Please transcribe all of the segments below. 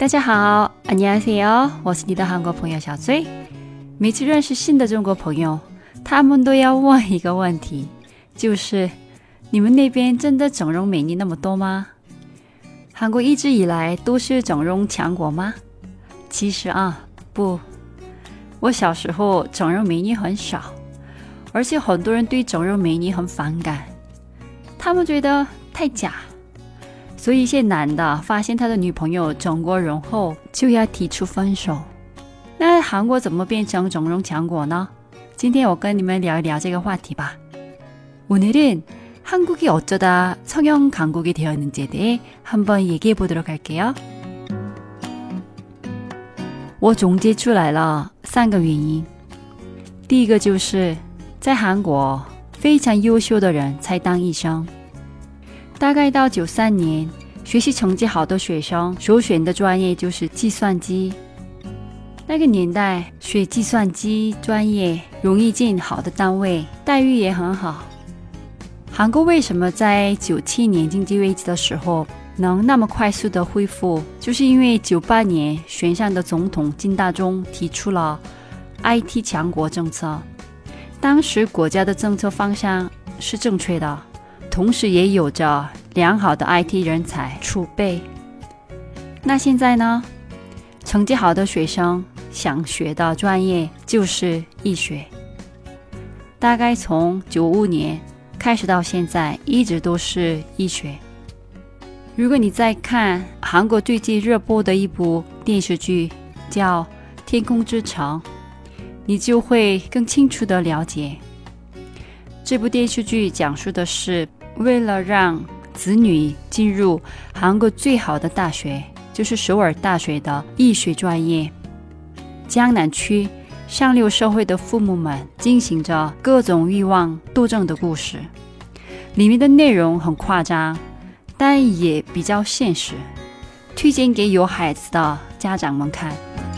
大家好，안녕하세요，我是你的韩国朋友小崔。每次认识新的中国朋友，他们都要问一个问题，就是你们那边真的整容美女那么多吗？韩国一直以来都是整容强国吗？其实不，我小时候整容美女很少，而且很多人对整容美女很反感，他们觉得太假。所以一些男的发现他的女朋友整过容后就要提出分手。那韩国怎么变成整容强国呢？今天我跟你们聊一聊这个话题吧。오늘은 한국이 어쩌다 성형 강국이 되었는지에 대해 한번 얘기해 보도록 할게요. 我总结出来了3个原因。第一个就是在韩国非常优秀的人才当医生。大概到93年，学习成绩好的学生首选的专业就是计算机。那个年代学计算机专业容易进好的单位，待遇也很好。韩国为什么在97年经济危机的时候能那么快速的恢复，就是因为98年选上的总统金大中提出了 IT 强国政策。当时国家的政策方向是正确的，同时也有着良好的 IT 人才储备。那现在呢？成绩好的学生想学的专业就是医学。大概从95年开始到现在，一直都是医学。如果你在看韩国最近热播的一部电视剧叫《天空之城》，你就会更清楚地了解。这部电视剧讲述的是为了让子女进入韩国最好的大学，就是首尔大学的医学专业，江南区上流社会的父母们进行着各种欲望斗争的故事。里面的内容很夸张，但也比较现实，推荐给有孩子的家长们看。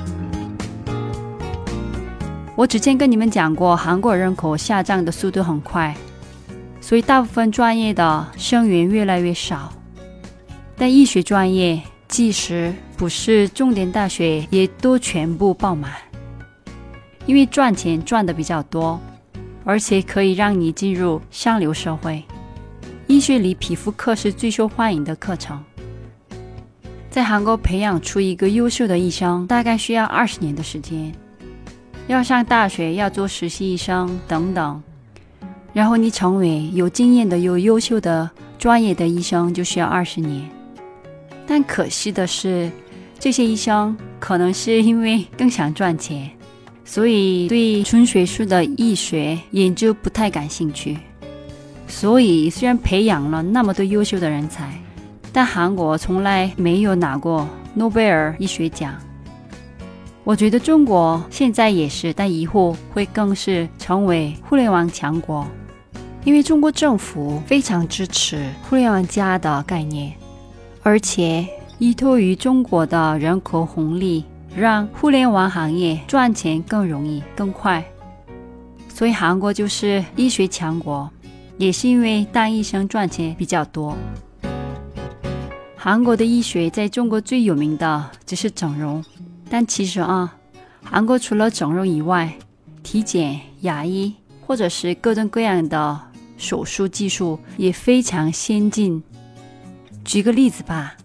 我之前跟你们讲过，韩国人口下降的速度很快，所以大部分专业的生源越来越少。但医学专业即使不是重点大学也都全部爆满，因为赚钱赚的比较多，而且可以让你进入上流社会。医学里皮肤科是最受欢迎的课程。在韩国培养出一个优秀的医生大概需要20年的时间，要上大学，要做实习医生等等，然后你成为有经验的有优秀的专业的医生就需要20年。但可惜的是，这些医生可能是因为更想赚钱，所以对纯学术的医学研究不太感兴趣。所以虽然培养了那么多优秀的人才，但韩国从来没有拿过诺贝尔医学奖。我觉得中国现在也是，但以后会更是成为互联网强国，因为中国政府非常支持互联网加的概念，而且依托于中国的人口红利，让互联网行业赚钱更容易更快。所以韩国就是医学强国，也是因为当医生赚钱比较多。韩国的医学在中国最有名的只是整容，但其实韩国除了整容以外，体检、牙医或者是各种各样的手术技术也非常先进。举个例子吧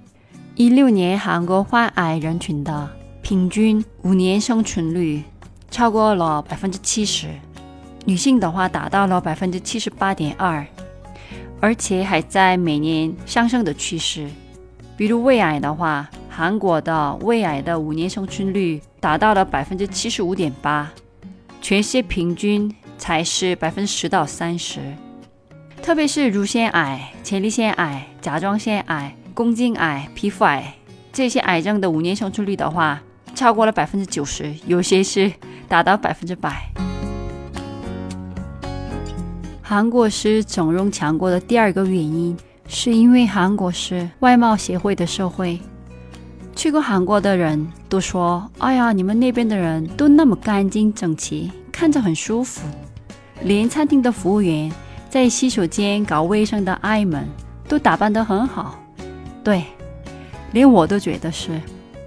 ，16年韩国患癌人群的平均5年生存率超过了 70%， 女性的话达到了 78.2%， 而且还在每年上升的趋势。比如胃癌的话，韩国的胃癌的5年生存率达到了 75.8%， 全世界平均才是 10% 到 30%。 特别是乳腺癌、前列腺癌、甲状腺癌、宫颈癌、皮肤癌，这些癌症的5年生存率的话超过了 90%， 有些是达到 100%。 韩国是整容强国的第2个原因，是因为韩国是外貌协会的社会。去过韩国的人都说，哎呀，你们那边的人都那么干净整齐，看着很舒服。连餐厅的服务员在洗手间搞卫生的阿姨们都打扮得很好。对，连我都觉得是。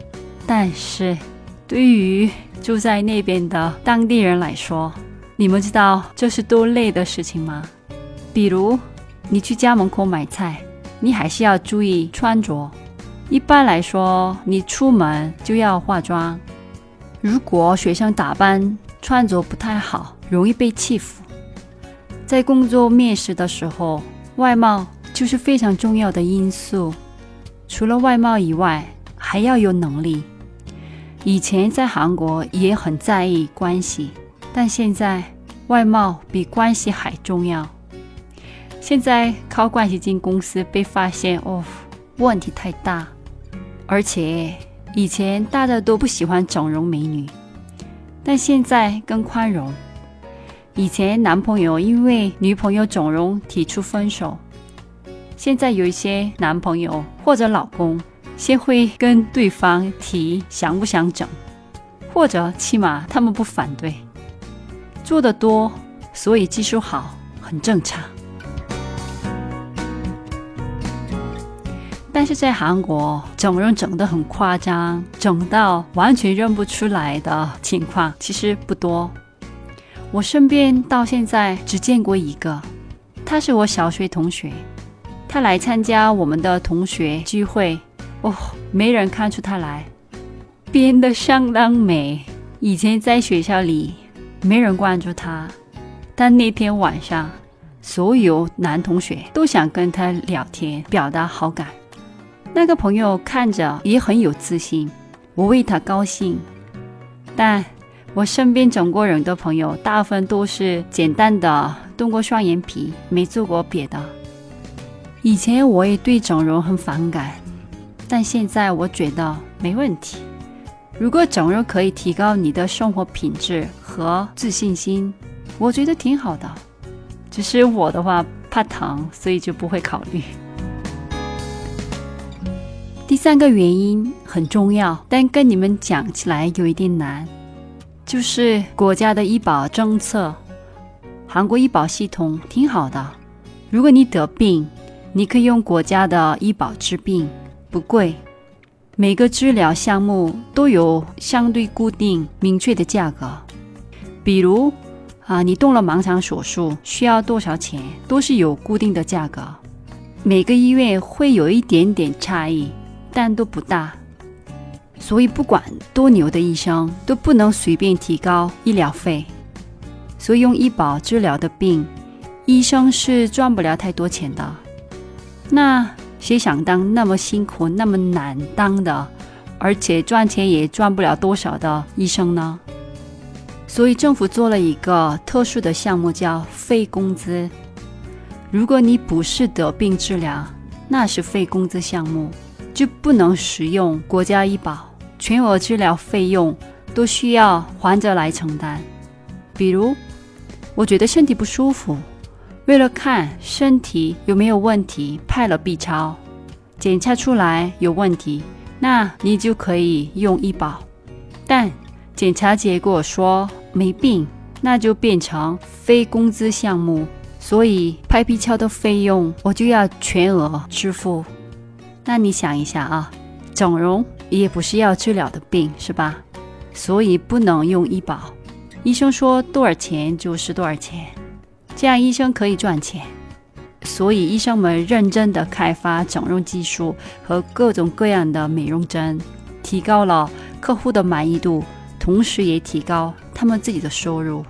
但是对于住在那边的当地人来说，你们知道这是多累的事情吗？比如你去家门口买菜，你还是要注意穿着。一般来说，你出门就要化妆。如果学生打扮穿着不太好，容易被欺负。在工作面试的时候，外貌就是非常重要的因素。除了外貌以外，还要有能力。以前在韩国也很在意关系，但现在外貌比关系还重要。现在靠关系进公司被发现，问题太大。而且以前大家都不喜欢整容美女，但现在更宽容。以前男朋友因为女朋友整容提出分手，现在有一些男朋友或者老公先会跟对方提想不想整，或者起码他们不反对。做得多，所以技术好，很正常。但是在韩国，整容整得很夸张，整到完全认不出来的情况其实不多。我身边到现在只见过一个，他是我小学同学，他来参加我们的同学聚会，没人看出他来，变得相当美。以前在学校里没人关注他，但那天晚上所有男同学都想跟他聊天，表达好感。那个朋友看着也很有自信，我为他高兴。但我身边整过容的朋友大部分都是简单的动过双眼皮，没做过别的。以前我也对整容很反感，但现在我觉得没问题。如果整容可以提高你的生活品质和自信心，我觉得挺好的。只是我的话怕疼，所以就不会考虑。第三个原因很重要，但跟你们讲起来有一点难，就是国家的医保政策。韩国医保系统挺好的，如果你得病，你可以用国家的医保治病，不贵。每个治疗项目都有相对固定明确的价格。比如你动了盲肠手术需要多少钱，都是有固定的价格。每个医院会有一点点差异，但都不大。所以不管多牛的医生都不能随便提高医疗费。所以用医保治疗的病，医生是赚不了太多钱的。那谁想当那么辛苦那么难当的，而且赚钱也赚不了多少的医生呢？所以政府做了一个特殊的项目叫非工资。如果你不是得病治疗，那是非工资项目，就不能使用国家医保，全额治疗费用都需要患者来承担。比如我觉得身体不舒服，为了看身体有没有问题，拍了 B 超，检查出来有问题，那你就可以用医保。但检查结果说没病，那就变成非工资项目，所以拍 B 超的费用我就要全额支付。那你想一下整容也不是要治疗的病，是吧？所以不能用医保。医生说多少钱就是多少钱，这样医生可以赚钱。所以医生们认真的开发整容技术和各种各样的美容针，提高了客户的满意度，同时也提高他们自己的收入。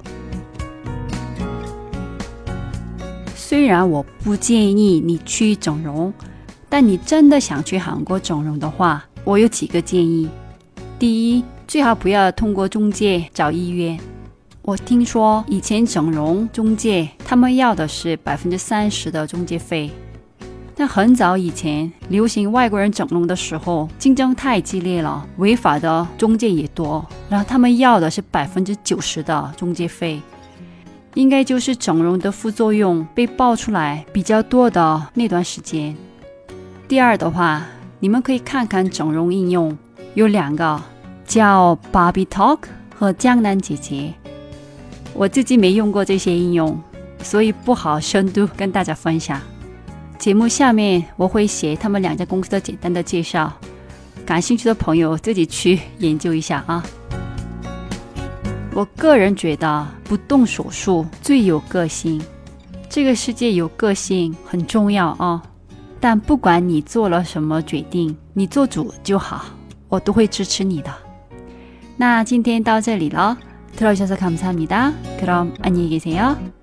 虽然我不建议你去整容，但你真的想去韩国整容的话，我有几个建议。第一，最好不要通过中介找医院。我听说以前整容中介他们要的是 30% 的中介费，但很早以前流行外国人整容的时候，竞争太激烈了，违法的中介也多，然后他们要的是 90% 的中介费。应该就是整容的副作用被爆出来比较多的那段时间。第二的话，你们可以看看整容应用，有2个，叫 Barbie Talk 和江南姐姐。我自己没用过这些应用，所以不好深度跟大家分享。节目下面我会写他们2家公司的简单的介绍， 感兴趣的朋友自己去研究一下啊。我个人觉得不动手术最有个性，这个世界有个性很重要啊。但不管你做了什么决定，你做主就好，我都会支持你的。那今天到这里了，들어주셔서 감사합니다. 그럼 안녕히 계세요.